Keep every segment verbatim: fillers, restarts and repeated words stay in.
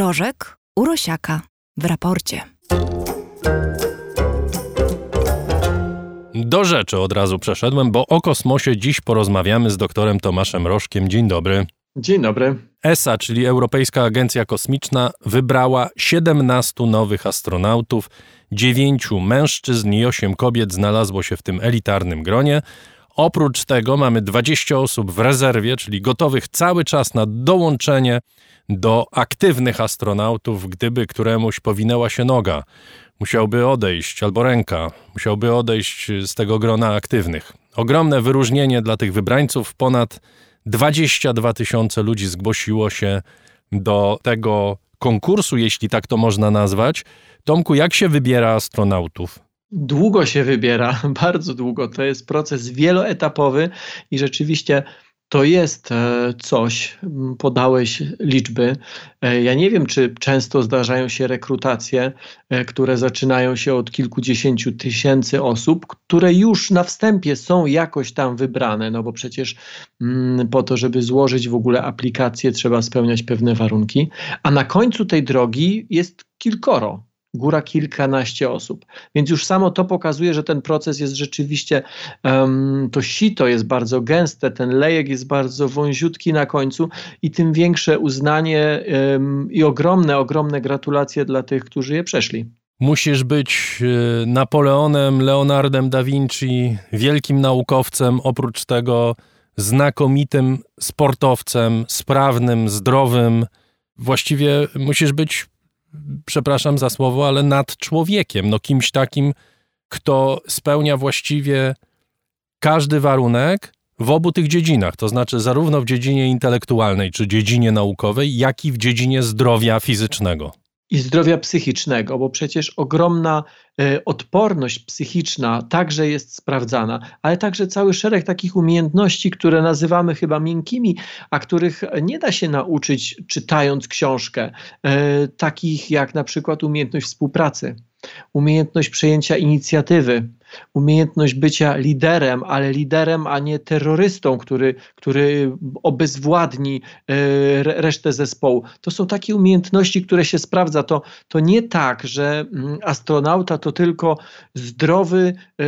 Mrożek u Rosiaka w raporcie. Do rzeczy od razu przeszedłem, bo o kosmosie dziś porozmawiamy z doktorem Tomaszem Rożkiem. Dzień dobry. Dzień dobry. E S A, czyli Europejska Agencja Kosmiczna, wybrała siedemnastu nowych astronautów, dziewięciu mężczyzn i osiem kobiet znalazło się w tym elitarnym gronie. Oprócz tego mamy dwadzieścia osób w rezerwie, czyli gotowych cały czas na dołączenie do aktywnych astronautów, gdyby któremuś powinęła się noga. Musiałby odejść, albo ręka, musiałby odejść z tego grona aktywnych. Ogromne wyróżnienie dla tych wybrańców. Ponad dwadzieścia dwa tysiące ludzi zgłosiło się do tego konkursu, jeśli tak to można nazwać. Tomku, jak się wybiera astronautów? Długo się wybiera, bardzo długo. To jest proces wieloetapowy i rzeczywiście to jest coś, podałeś liczby. Ja nie wiem, czy często zdarzają się rekrutacje, które zaczynają się od kilkudziesięciu tysięcy osób, które już na wstępie są jakoś tam wybrane, no bo przecież mm, po to, żeby złożyć w ogóle aplikację, trzeba spełniać pewne warunki, a na końcu tej drogi jest kilkoro. Góra kilkanaście osób. Więc już samo to pokazuje, że ten proces jest rzeczywiście, um, to sito jest bardzo gęste, ten lejek jest bardzo wąziutki na końcu i tym większe uznanie um, i ogromne, ogromne gratulacje dla tych, którzy je przeszli. Musisz być Napoleonem, Leonardem da Vinci, wielkim naukowcem, oprócz tego znakomitym sportowcem, sprawnym, zdrowym. Właściwie musisz być, przepraszam za słowo, ale nad człowiekiem, no kimś takim, kto spełnia właściwie każdy warunek w obu tych dziedzinach, to znaczy zarówno w dziedzinie intelektualnej czy dziedzinie naukowej, jak i w dziedzinie zdrowia fizycznego. I zdrowia psychicznego, bo przecież ogromna y, odporność psychiczna także jest sprawdzana, ale także cały szereg takich umiejętności, które nazywamy chyba miękkimi, a których nie da się nauczyć czytając książkę, y, takich jak na przykład umiejętność współpracy, umiejętność przejęcia inicjatywy, umiejętność bycia liderem, ale liderem, a nie terrorystą, który, który obezwładni e, resztę zespołu. To są takie umiejętności, które się sprawdza. To, to nie tak, że astronauta to tylko zdrowy, e,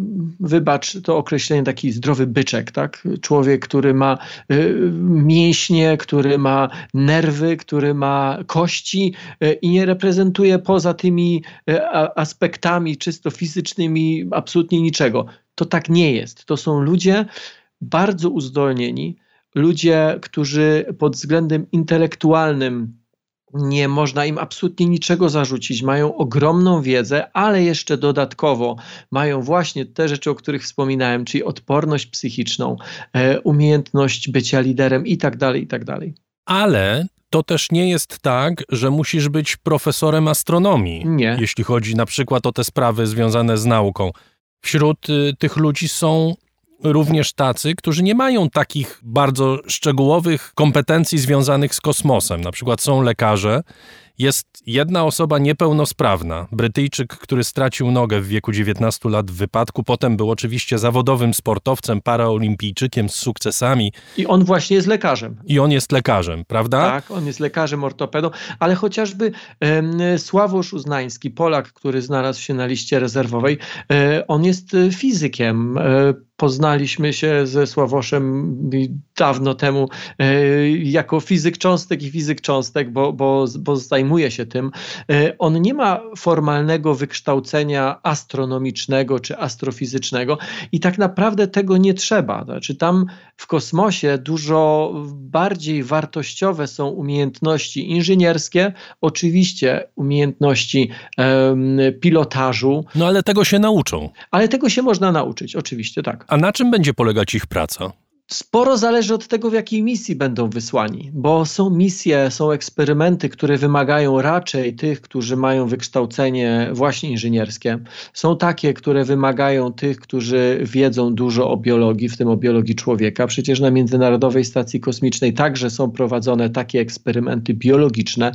wybacz to określenie, taki zdrowy byczek, tak? Człowiek, który ma e, mięśnie, który ma nerwy, który ma kości e, i nie reprezentuje poza tymi e, aspektami czysto fizycznymi absolutnie niczego. To tak nie jest. To są ludzie bardzo uzdolnieni, ludzie, którzy pod względem intelektualnym nie można im absolutnie niczego zarzucić. Mają ogromną wiedzę, ale jeszcze dodatkowo mają właśnie te rzeczy, o których wspominałem, czyli odporność psychiczną, e, umiejętność bycia liderem i tak dalej, i tak dalej. Ale to też nie jest tak, że musisz być profesorem astronomii, nie. Jeśli chodzi na przykład o te sprawy związane z nauką. Wśród y, tych ludzi są również tacy, którzy nie mają takich bardzo szczegółowych kompetencji związanych z kosmosem. Na przykład są lekarze. Jest jedna osoba niepełnosprawna, Brytyjczyk, który stracił nogę w wieku dziewiętnastu lat w wypadku. Potem był oczywiście zawodowym sportowcem, paraolimpijczykiem z sukcesami. I on właśnie jest lekarzem. I on jest lekarzem, prawda? Tak, on jest lekarzem, ortopedą, ale chociażby e, Sławosz Uznański, Polak, który znalazł się na liście rezerwowej, e, on jest fizykiem. E, Poznaliśmy się ze Sławoszem dawno temu e, jako fizyk cząstek i fizyk cząstek, bo, bo, bo zajmuje się tym. E, on nie ma formalnego wykształcenia astronomicznego czy astrofizycznego i tak naprawdę tego nie trzeba. Znaczy tam w kosmosie dużo bardziej wartościowe są umiejętności inżynierskie, oczywiście umiejętności e, pilotażu. No ale tego się nauczą. Ale tego się można nauczyć, oczywiście, tak. A na czym będzie polegać ich praca? Sporo zależy od tego, w jakiej misji będą wysłani, bo są misje, są eksperymenty, które wymagają raczej tych, którzy mają wykształcenie właśnie inżynierskie. Są takie, które wymagają tych, którzy wiedzą dużo o biologii, w tym o biologii człowieka. Przecież na Międzynarodowej Stacji Kosmicznej także są prowadzone takie eksperymenty biologiczne,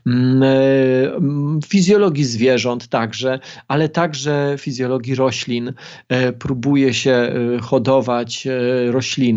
fizjologii zwierząt także, ale także fizjologii roślin. Próbuje się hodować rośliny.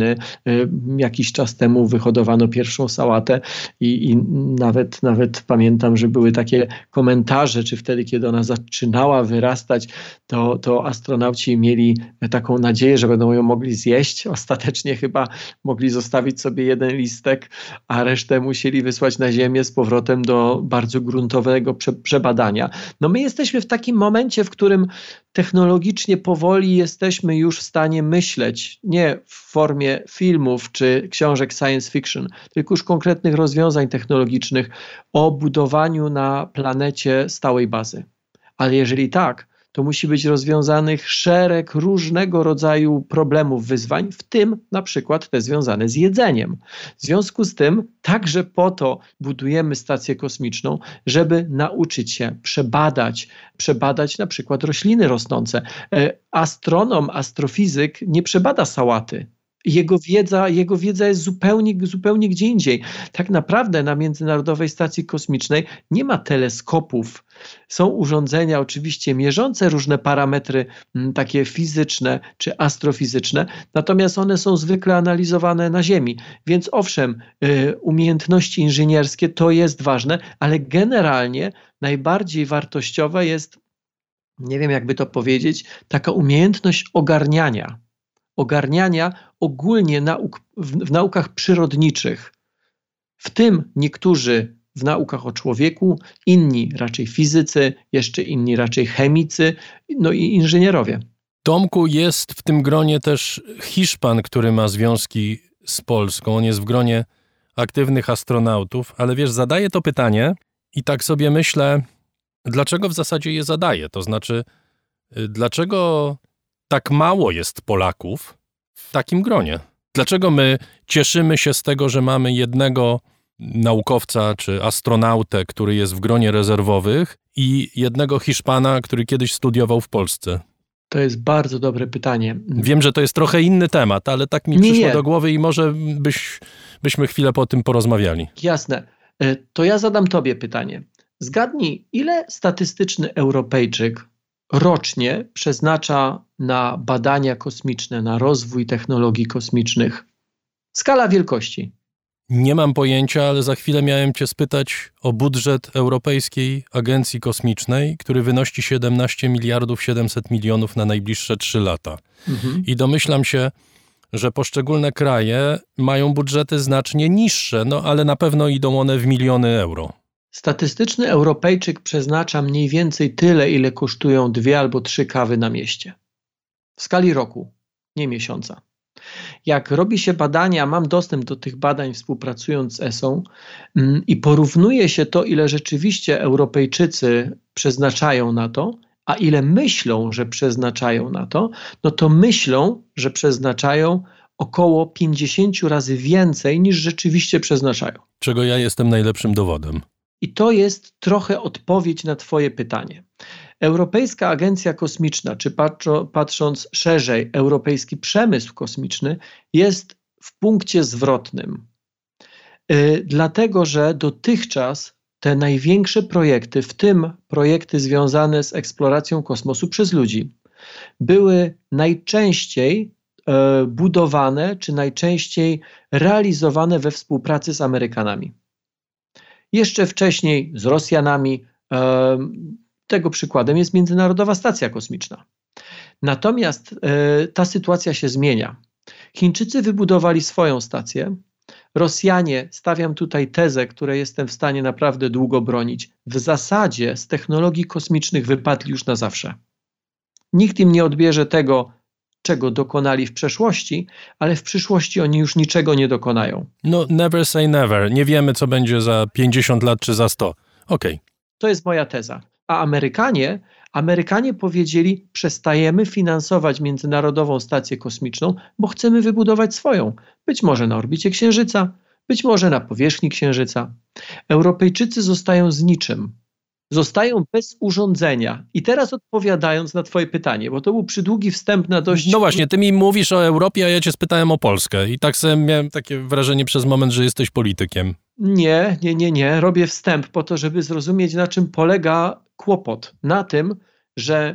kosmiczny. Jakiś czas temu wyhodowano pierwszą sałatę i, i nawet, nawet pamiętam, że były takie komentarze, czy wtedy, kiedy ona zaczynała wyrastać, to, to astronauci mieli taką nadzieję, że będą ją mogli zjeść. Ostatecznie chyba mogli zostawić sobie jeden listek, a resztę musieli wysłać na Ziemię z powrotem do bardzo gruntowego prze, przebadania. No my jesteśmy w takim momencie, w którym technologicznie powoli jesteśmy już w stanie myśleć, nie w formie filmów czy książek science fiction, tylko już konkretnych rozwiązań technologicznych o budowaniu na planecie stałej bazy. Ale jeżeli tak, to musi być rozwiązanych szereg różnego rodzaju problemów, wyzwań, w tym na przykład te związane z jedzeniem. W związku z tym także po to budujemy stację kosmiczną, żeby nauczyć się przebadać, przebadać na przykład rośliny rosnące. Astronom, astrofizyk nie przebada sałaty. Jego wiedza, jego wiedza jest zupełnie, zupełnie gdzie indziej. Tak naprawdę na Międzynarodowej Stacji Kosmicznej nie ma teleskopów. Są urządzenia oczywiście mierzące różne parametry m, takie fizyczne czy astrofizyczne, natomiast one są zwykle analizowane na Ziemi. Więc owszem, y, umiejętności inżynierskie to jest ważne, ale generalnie najbardziej wartościowa jest, nie wiem jakby to powiedzieć, taka umiejętność ogarniania. ogarniania ogólnie nauk, w, w naukach przyrodniczych. W tym niektórzy w naukach o człowieku, inni raczej fizycy, jeszcze inni raczej chemicy, no i inżynierowie. Tomku, jest w tym gronie też Hiszpan, który ma związki z Polską. On jest w gronie aktywnych astronautów, ale wiesz, zadaję to pytanie i tak sobie myślę, dlaczego w zasadzie je zadaję? To znaczy, dlaczego tak mało jest Polaków w takim gronie? Dlaczego my cieszymy się z tego, że mamy jednego naukowca czy astronautę, który jest w gronie rezerwowych i jednego Hiszpana, który kiedyś studiował w Polsce? To jest bardzo dobre pytanie. Wiem, że to jest trochę inny temat, ale tak mi nie, przyszło nie. do głowy i może byś, byśmy chwilę po tym porozmawiali. Jasne. To ja zadam tobie pytanie. Zgadnij, ile statystyczny Europejczyk rocznie przeznacza na badania kosmiczne, na rozwój technologii kosmicznych? Skala wielkości. Nie mam pojęcia, ale za chwilę miałem cię spytać o budżet Europejskiej Agencji Kosmicznej, który wynosi siedemnaście miliardów siedemset milionów na najbliższe trzy lata. Mhm. I domyślam się, że poszczególne kraje mają budżety znacznie niższe, no ale na pewno idą one w miliony euro. Statystyczny Europejczyk przeznacza mniej więcej tyle, ile kosztują dwie albo trzy kawy na mieście. W skali roku, nie miesiąca. Jak robi się badania, mam dostęp do tych badań współpracując z E S O yy, i porównuje się to, ile rzeczywiście Europejczycy przeznaczają na to, a ile myślą, że przeznaczają na to, no to myślą, że przeznaczają około pięćdziesiąt razy więcej niż rzeczywiście przeznaczają. Czego ja jestem najlepszym dowodem. I to jest trochę odpowiedź na twoje pytanie. Europejska Agencja Kosmiczna, czy patro, patrząc szerzej, europejski przemysł kosmiczny jest w punkcie zwrotnym. Yy, dlatego, że dotychczas te największe projekty, w tym projekty związane z eksploracją kosmosu przez ludzi, były najczęściej yy, budowane, czy najczęściej realizowane we współpracy z Amerykanami. Jeszcze wcześniej z Rosjanami. Yy, Tego przykładem jest Międzynarodowa Stacja Kosmiczna. Natomiast y, ta sytuacja się zmienia. Chińczycy wybudowali swoją stację. Rosjanie, stawiam tutaj tezę, której jestem w stanie naprawdę długo bronić, w zasadzie z technologii kosmicznych wypadli już na zawsze. Nikt im nie odbierze tego, czego dokonali w przeszłości, ale w przyszłości oni już niczego nie dokonają. No, never say never. Nie wiemy, co będzie za pięćdziesiąt lat czy za sto. Okej. Okay. To jest moja teza. A Amerykanie, Amerykanie powiedzieli, przestajemy finansować Międzynarodową Stację Kosmiczną, bo chcemy wybudować swoją. Być może na orbicie Księżyca, być może na powierzchni Księżyca. Europejczycy zostają z niczym. Zostają bez urządzenia. I teraz odpowiadając na twoje pytanie, bo to był przydługi wstęp na dość... No właśnie, ty mi mówisz o Europie, a ja cię spytałem o Polskę. I tak sobie miałem takie wrażenie przez moment, że jesteś politykiem. Nie, nie, nie, nie. Robię wstęp po to, żeby zrozumieć, na czym polega kłopot. Na tym, że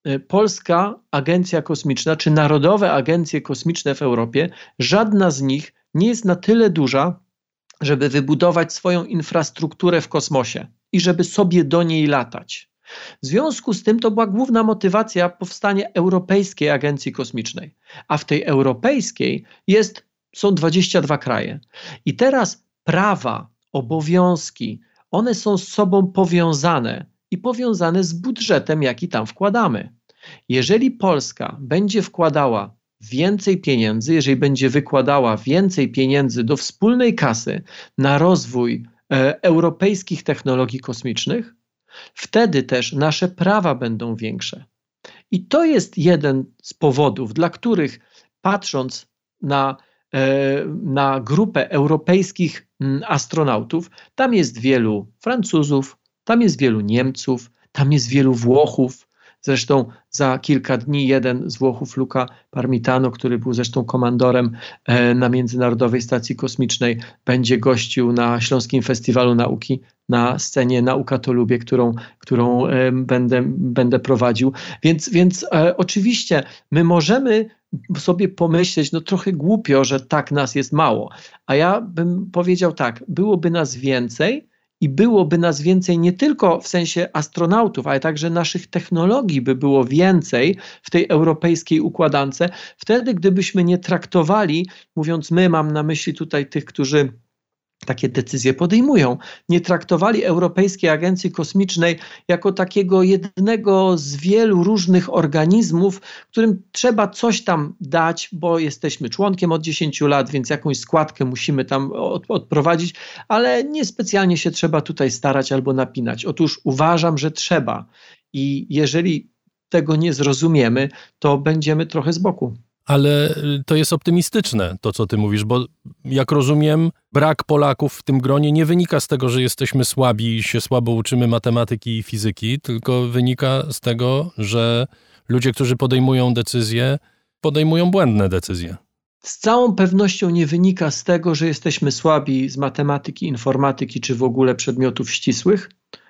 Polska Agencja Kosmiczna, czy narodowe agencje kosmiczne w Europie, żadna z nich nie jest na tyle duża, żeby wybudować swoją infrastrukturę w kosmosie i żeby sobie do niej latać. W związku z tym to była główna motywacja powstania Europejskiej Agencji Kosmicznej. A w tej europejskiej jest, są dwadzieścia dwa kraje. I teraz prawa, obowiązki, one są z sobą powiązane i powiązane z budżetem, jaki tam wkładamy. Jeżeli Polska będzie wkładała więcej pieniędzy, jeżeli będzie wykładała więcej pieniędzy do wspólnej kasy na rozwój e, europejskich technologii kosmicznych, wtedy też nasze prawa będą większe. I to jest jeden z powodów, dla których patrząc na, e, na grupę europejskich m, astronautów, tam jest wielu Francuzów, tam jest wielu Niemców, tam jest wielu Włochów. Zresztą za kilka dni jeden z Włochów, Luca Parmitano, który był zresztą komandorem e, na Międzynarodowej Stacji Kosmicznej, będzie gościł na Śląskim Festiwalu Nauki na scenie Nauka to lubię, którą, którą e, będę, będę prowadził. Więc, więc e, oczywiście my możemy sobie pomyśleć, no trochę głupio, że tak nas jest mało. A ja bym powiedział tak, byłoby nas więcej, i byłoby nas więcej nie tylko w sensie astronautów, ale także naszych technologii by było więcej w tej europejskiej układance, wtedy gdybyśmy nie traktowali, mówiąc my, mam na myśli tutaj tych, którzy takie decyzje podejmują, nie traktowali Europejskiej Agencji Kosmicznej jako takiego jednego z wielu różnych organizmów, którym trzeba coś tam dać, bo jesteśmy członkiem od dziesięciu lat, więc jakąś składkę musimy tam od, odprowadzić, ale nie specjalnie się trzeba tutaj starać albo napinać. Otóż uważam, że trzeba i jeżeli tego nie zrozumiemy, to będziemy trochę z boku. Ale to jest optymistyczne, to co ty mówisz, bo jak rozumiem, brak Polaków w tym gronie nie wynika z tego, że jesteśmy słabi i się słabo uczymy matematyki i fizyki, tylko wynika z tego, że ludzie, którzy podejmują decyzje, podejmują błędne decyzje. Z całą pewnością nie wynika z tego, że jesteśmy słabi z matematyki, informatyki czy w ogóle przedmiotów ścisłych,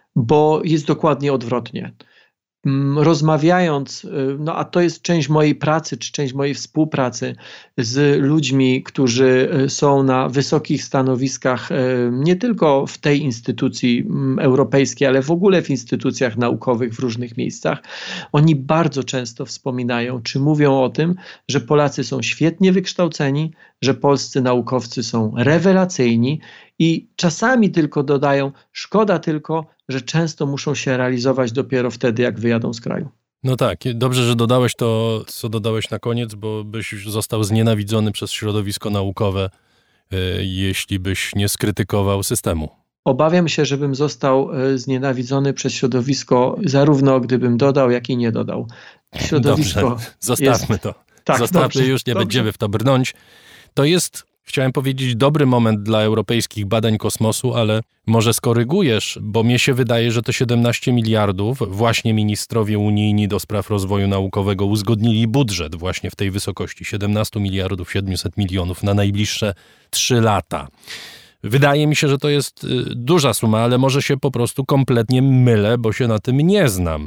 bo jest dokładnie odwrotnie. Rozmawiając, no a to jest część mojej pracy, czy część mojej współpracy z ludźmi, którzy są na wysokich stanowiskach, nie tylko w tej instytucji europejskiej, ale w ogóle w instytucjach naukowych w różnych miejscach, oni bardzo często wspominają, czy mówią o tym, że Polacy są świetnie wykształceni, że polscy naukowcy są rewelacyjni i czasami tylko dodają, szkoda tylko, że często muszą się realizować dopiero wtedy, jak wyjadą z kraju. No tak, dobrze, że dodałeś to, co dodałeś na koniec, bo byś został znienawidzony przez środowisko naukowe, yy, jeśli byś nie skrytykował systemu. Obawiam się, żebym został znienawidzony przez środowisko, zarówno gdybym dodał, jak i nie dodał. Środowisko Dobrze, zostawmy jest... to. Tak, Zostawmy, dobrze, już nie dobrze. będziemy w to brnąć. To jest, chciałem powiedzieć, dobry moment dla europejskich badań kosmosu, ale może skorygujesz, bo mnie się wydaje, że te siedemnaście miliardów właśnie ministrowie unijni do spraw rozwoju naukowego uzgodnili budżet właśnie w tej wysokości siedemnaście miliardów siedemset milionów na najbliższe trzy lata. Wydaje mi się, że to jest duża suma, ale może się po prostu kompletnie mylę, bo się na tym nie znam.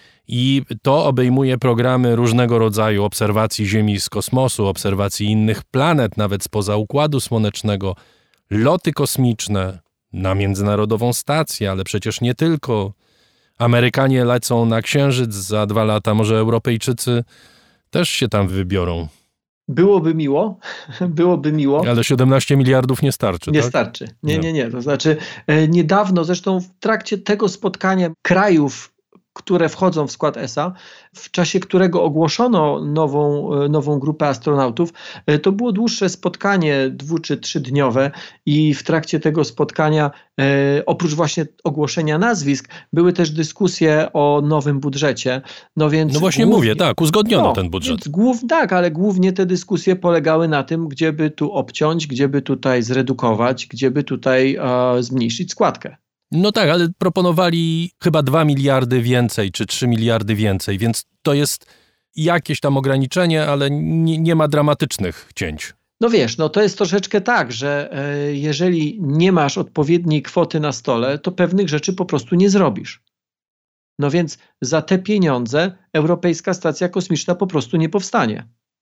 I to obejmuje programy różnego rodzaju obserwacji Ziemi z kosmosu, obserwacji innych planet, nawet spoza Układu Słonecznego, loty kosmiczne na Międzynarodową Stację, ale przecież nie tylko. Amerykanie lecą na Księżyc za dwa lata, może Europejczycy też się tam wybiorą. Byłoby miło, byłoby miło. Ale siedemnaście miliardów nie starczy, Nie tak? starczy. Nie, nie, nie. To znaczy e, niedawno, zresztą w trakcie tego spotkania krajów, które wchodzą w skład E S A, w czasie którego ogłoszono nową, nową grupę astronautów, to było dłuższe spotkanie, dwu czy trzydniowe i w trakcie tego spotkania, e, oprócz właśnie ogłoszenia nazwisk, były też dyskusje o nowym budżecie. No, więc no właśnie głównie, mówię, tak, uzgodniono no, ten budżet. Więc głów, tak, ale głównie te dyskusje polegały na tym, gdzie by tu obciąć, gdzie by tutaj zredukować, gdzie by tutaj e, zmniejszyć składkę. No tak, ale proponowali chyba dwa miliardy więcej, czy trzy miliardy więcej, więc to jest jakieś tam ograniczenie, ale nie, nie ma dramatycznych cięć. No wiesz, no to jest troszeczkę tak, że e, jeżeli nie masz odpowiedniej kwoty na stole, to pewnych rzeczy po prostu nie zrobisz. No więc za te pieniądze Europejska Stacja Kosmiczna po prostu nie powstanie.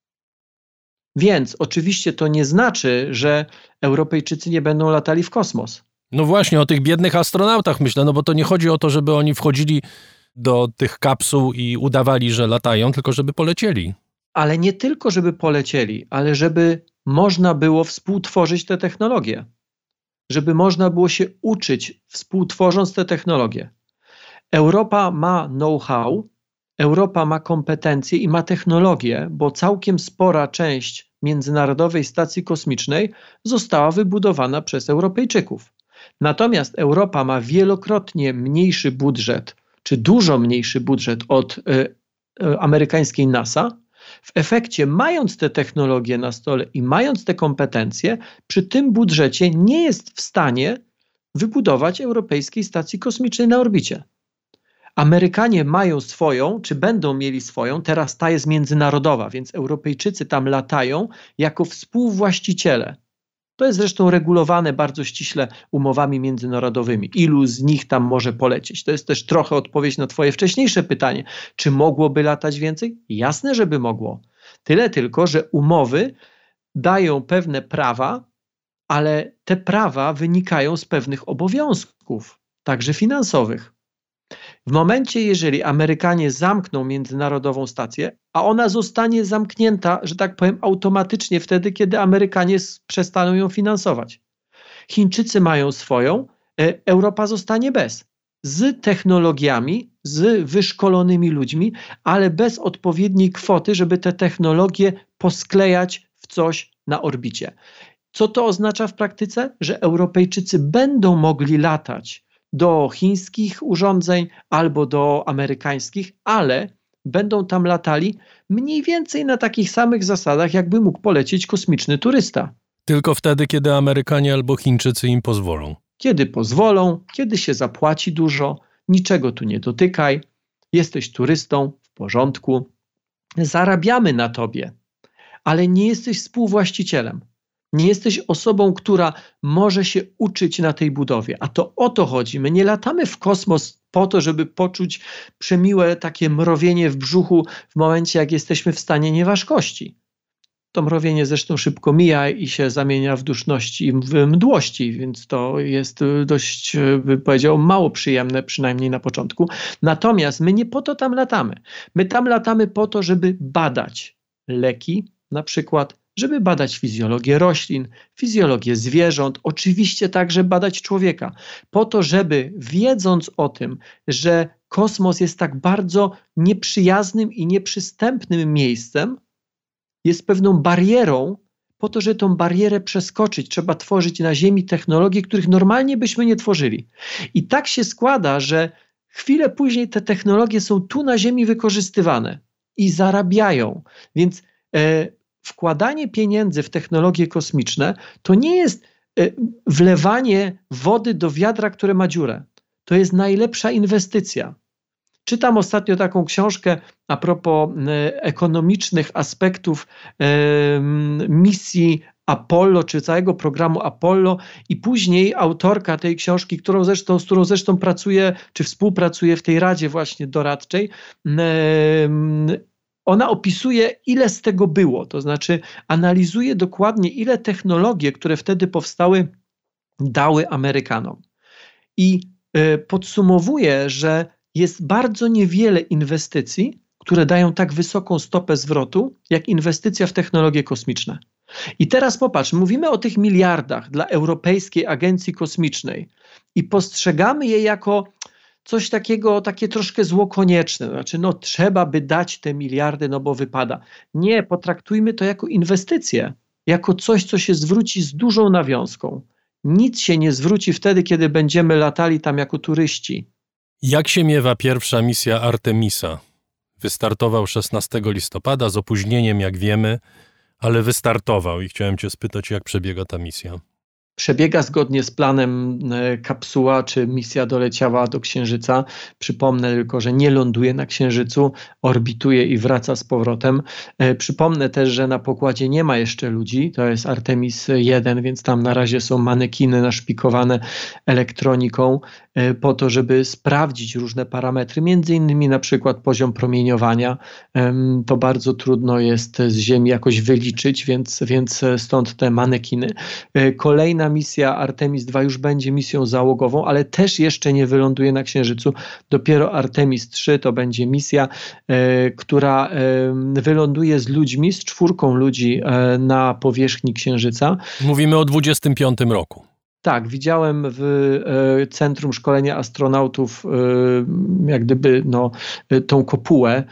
Więc oczywiście to nie znaczy, że Europejczycy nie będą latali w kosmos. No właśnie, o tych biednych astronautach myślę, no bo to nie chodzi o to, żeby oni wchodzili do tych kapsuł i udawali, że latają, tylko żeby polecieli. Ale nie tylko, żeby polecieli, ale żeby można było współtworzyć te technologie. Żeby można było się uczyć, współtworząc te technologie. Europa ma know-how, Europa ma kompetencje i ma technologię, bo całkiem spora część Międzynarodowej Stacji Kosmicznej została wybudowana przez Europejczyków. Natomiast Europa ma wielokrotnie mniejszy budżet, czy dużo mniejszy budżet od y, y, amerykańskiej NASA. W efekcie, mając te technologie na stole i mając te kompetencje, przy tym budżecie nie jest w stanie wybudować Europejskiej Stacji Kosmicznej na orbicie. Amerykanie mają swoją, czy będą mieli swoją, teraz ta jest międzynarodowa, więc Europejczycy tam latają jako współwłaściciele. To jest zresztą regulowane bardzo ściśle umowami międzynarodowymi. Ilu z nich tam może polecieć? To jest też trochę odpowiedź na twoje wcześniejsze pytanie. Czy mogłoby latać więcej? Jasne, żeby mogło. Tyle tylko, że umowy dają pewne prawa, ale te prawa wynikają z pewnych obowiązków, także finansowych. W momencie, jeżeli Amerykanie zamkną międzynarodową stację, a ona zostanie zamknięta, że tak powiem, automatycznie wtedy, kiedy Amerykanie przestaną ją finansować. Chińczycy mają swoją, Europa zostanie bez. Z technologiami, z wyszkolonymi ludźmi, ale bez odpowiedniej kwoty, żeby te technologie posklejać w coś na orbicie. Co to oznacza w praktyce? Że Europejczycy będą mogli latać do chińskich urządzeń albo do amerykańskich, ale będą tam latali mniej więcej na takich samych zasadach, jakby mógł polecieć kosmiczny turysta. Tylko wtedy, kiedy Amerykanie albo Chińczycy im pozwolą. Kiedy pozwolą, kiedy się zapłaci dużo, niczego tu nie dotykaj, jesteś turystą, w porządku, zarabiamy na tobie, ale nie jesteś współwłaścicielem. Nie jesteś osobą, która może się uczyć na tej budowie, a to o to chodzi. My nie latamy w kosmos po to, żeby poczuć przemiłe takie mrowienie w brzuchu w momencie, jak jesteśmy w stanie nieważkości. To mrowienie zresztą szybko mija i się zamienia w duszności i w mdłości, więc to jest dość, bym powiedział, mało przyjemne, przynajmniej na początku. Natomiast my nie po to tam latamy. My tam latamy po to, żeby badać leki, na przykład, żeby badać fizjologię roślin, fizjologię zwierząt, oczywiście także badać człowieka. Po to, żeby wiedząc o tym, że kosmos jest tak bardzo nieprzyjaznym i nieprzystępnym miejscem, jest pewną barierą, po to, żeby tą barierę przeskoczyć, trzeba tworzyć na Ziemi technologie, których normalnie byśmy nie tworzyli. I tak się składa, że chwilę później te technologie są tu na Ziemi wykorzystywane i zarabiają. Więc e, wkładanie pieniędzy w technologie kosmiczne to nie jest e, wlewanie wody do wiadra, które ma dziurę. To jest najlepsza inwestycja. Czytam ostatnio taką książkę a propos e, ekonomicznych aspektów e, misji Apollo, czy całego programu Apollo i później autorka tej książki, którą zresztą, z którą zresztą pracuje, czy współpracuje w tej radzie właśnie doradczej, e, ona opisuje, ile z tego było, to znaczy analizuje dokładnie, ile technologie, które wtedy powstały, dały Amerykanom. I e, podsumowuje, że jest bardzo niewiele inwestycji, które dają tak wysoką stopę zwrotu, jak inwestycja w technologie kosmiczne. I teraz popatrz, mówimy o tych miliardach dla Europejskiej Agencji Kosmicznej i postrzegamy je jako coś takiego, takie troszkę zło konieczne. Znaczy, no trzeba by dać te miliardy, no bo wypada. Nie, potraktujmy to jako inwestycję, jako coś, co się zwróci z dużą nawiązką. Nic się nie zwróci wtedy, kiedy będziemy latali tam jako turyści. Jak się miewa pierwsza misja Artemisa? Wystartował szesnastego listopada, z opóźnieniem, jak wiemy, ale wystartował i chciałem cię spytać, jak przebiega ta misja. Przebiega zgodnie z planem kapsuła czy misja doleciała do Księżyca. Przypomnę tylko, że nie ląduje na Księżycu, orbituje i wraca z powrotem. Przypomnę też, że na pokładzie nie ma jeszcze ludzi, to jest Artemis jeden, więc tam na razie są manekiny naszpikowane elektroniką po to, żeby sprawdzić różne parametry, między innymi na przykład poziom promieniowania. To bardzo trudno jest z Ziemi jakoś wyliczyć, więc, więc stąd te manekiny. Kolejna misja Artemis dwa już będzie misją załogową, ale też jeszcze nie wyląduje na Księżycu. Dopiero Artemis trzy to będzie misja, e, która e, wyląduje z ludźmi, z czwórką ludzi e, na powierzchni Księżyca. Mówimy o dwudziestym piątym roku. Tak, widziałem w e, Centrum Szkolenia Astronautów e, jak gdyby no, e, tą kopułę e,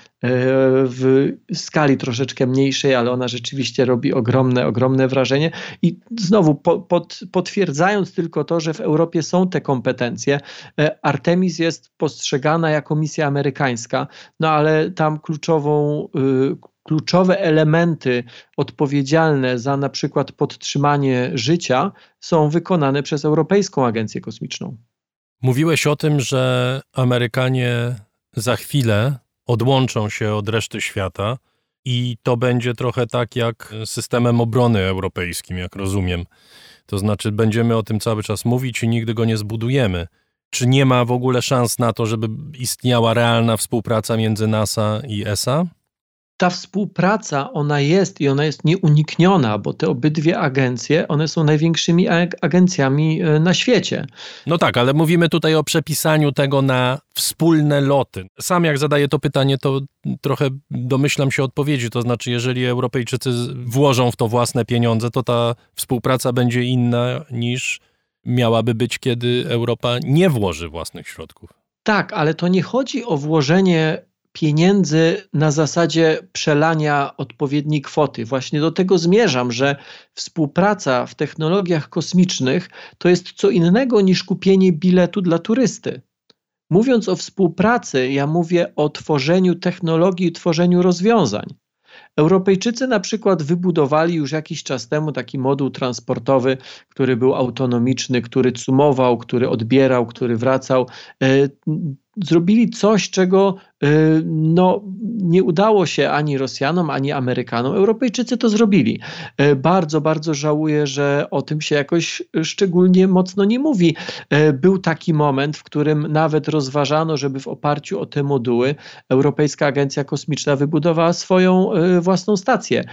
w skali troszeczkę mniejszej, ale ona rzeczywiście robi ogromne, ogromne wrażenie i znowu po, pod, potwierdzając tylko to, że w Europie są te kompetencje, e, Artemis jest postrzegana jako misja amerykańska, no ale tam kluczową e, Kluczowe elementy odpowiedzialne za na przykład podtrzymanie życia są wykonane przez Europejską Agencję Kosmiczną. Mówiłeś o tym, że Amerykanie za chwilę odłączą się od reszty świata i to będzie trochę tak jak z systemem obrony europejskim, jak rozumiem. To znaczy będziemy o tym cały czas mówić i nigdy go nie zbudujemy. Czy nie ma w ogóle szans na to, żeby istniała realna współpraca między NASA i E S A? Ta współpraca, ona jest i ona jest nieunikniona, bo te obydwie agencje, one są największymi agencjami na świecie. No tak, ale mówimy tutaj o przepisaniu tego na wspólne loty. Sam jak zadaję to pytanie, to trochę domyślam się odpowiedzi, to znaczy jeżeli Europejczycy włożą w to własne pieniądze, to ta współpraca będzie inna niż miałaby być, kiedy Europa nie włoży własnych środków. Tak, ale to nie chodzi o włożenie pieniędzy na zasadzie przelania odpowiedniej kwoty. Właśnie do tego zmierzam, że współpraca w technologiach kosmicznych to jest co innego niż kupienie biletu dla turysty. Mówiąc o współpracy, ja mówię o tworzeniu technologii i tworzeniu rozwiązań. Europejczycy na przykład wybudowali już jakiś czas temu taki moduł transportowy, który był autonomiczny, który cumował, który odbierał, który wracał. Zrobili coś, czego no, nie udało się ani Rosjanom, ani Amerykanom. Europejczycy to zrobili. Bardzo, bardzo żałuję, że o tym się jakoś szczególnie mocno nie mówi. Był taki moment, w którym nawet rozważano, żeby w oparciu o te moduły Europejska Agencja Kosmiczna wybudowała swoją własną stację.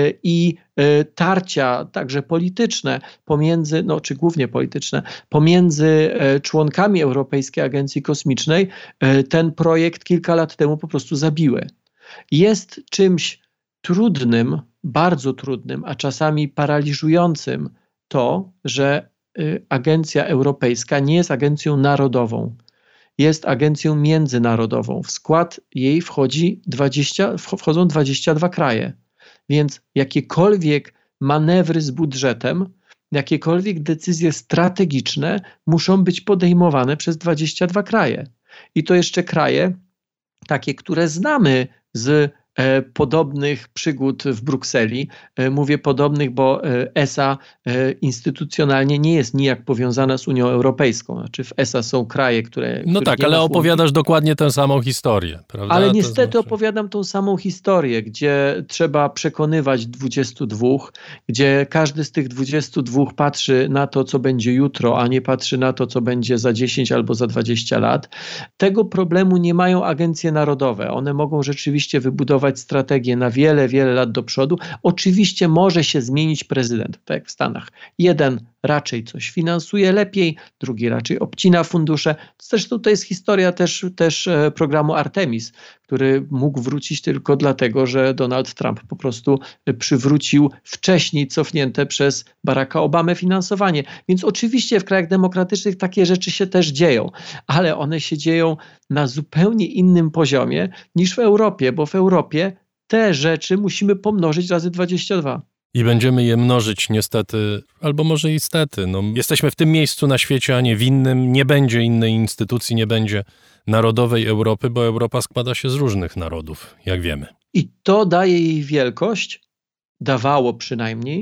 I tarcia, także polityczne, pomiędzy, no czy głównie polityczne, pomiędzy członkami Europejskiej Agencji Kosmicznej ten projekt kilka lat temu po prostu zabiły. Jest czymś trudnym, bardzo trudnym, a czasami paraliżującym to, że Agencja Europejska nie jest agencją narodową. Jest agencją międzynarodową. W skład jej wchodzi dwadzieścia, wchodzą dwadzieścia dwa kraje. Więc jakiekolwiek manewry z budżetem, jakiekolwiek decyzje strategiczne muszą być podejmowane przez dwadzieścia dwa kraje. I to jeszcze kraje takie, które znamy z e, podobnych przygód w Brukseli. E, mówię podobnych, bo e, E S A e, instytucjonalnie nie jest nijak powiązana z Unią Europejską. Znaczy w E S A są kraje, które... No tak, ale opowiadasz dokładnie tę samą historię, prawda? Ale To niestety znaczy... opowiadam tą samą historię, gdzie trzeba przekonywać dwudziestu dwóch, gdzie każdy z tych dwudziestu dwóch patrzy na to, co będzie jutro, a nie patrzy na to, co będzie za dziesięć albo za dwadzieścia lat. Tego problemu nie mają agencje narodowe. One mogą rzeczywiście wybudować strategię na wiele, wiele lat do przodu. Oczywiście może się zmienić prezydent, tak jak w Stanach. Jeden raczej coś finansuje lepiej, drugi raczej obcina fundusze. Zresztą to jest historia też, też programu Artemis, który mógł wrócić tylko dlatego, że Donald Trump po prostu przywrócił wcześniej cofnięte przez Baracka Obamę finansowanie. Więc oczywiście w krajach demokratycznych takie rzeczy się też dzieją, ale one się dzieją na zupełnie innym poziomie niż w Europie, bo w Europie te rzeczy musimy pomnożyć razy dwadzieścia dwa. I będziemy je mnożyć niestety, albo może i stety. No, jesteśmy w tym miejscu na świecie, a nie w innym. Nie będzie innej instytucji, nie będzie narodowej Europy, bo Europa składa się z różnych narodów, jak wiemy. I to daje jej wielkość, dawało przynajmniej,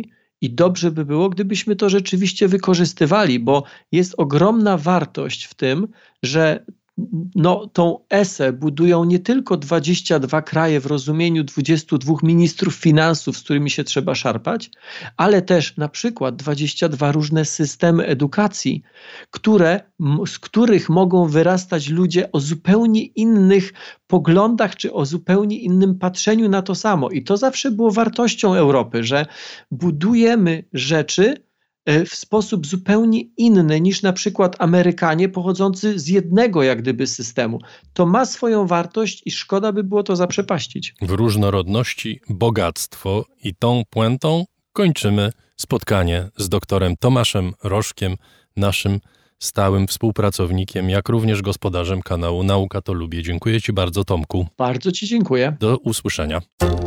i dobrze by było, gdybyśmy to rzeczywiście wykorzystywali, bo jest ogromna wartość w tym, że no, tą E S E budują nie tylko dwadzieścia dwa kraje w rozumieniu dwudziestu dwóch ministrów finansów, z którymi się trzeba szarpać, ale też na przykład dwadzieścia dwa różne systemy edukacji, które, z których mogą wyrastać ludzie o zupełnie innych poglądach czy o zupełnie innym patrzeniu na to samo. I to zawsze było wartością Europy, że budujemy rzeczy w sposób zupełnie inny niż na przykład Amerykanie pochodzący z jednego jak gdyby systemu. To ma swoją wartość i szkoda by było to zaprzepaścić. W różnorodności bogactwo i tą puentą kończymy spotkanie z doktorem Tomaszem Rożkiem, naszym stałym współpracownikiem, jak również gospodarzem kanału Nauka to Lubię. Dziękuję Ci bardzo, Tomku. Bardzo Ci dziękuję. Do usłyszenia.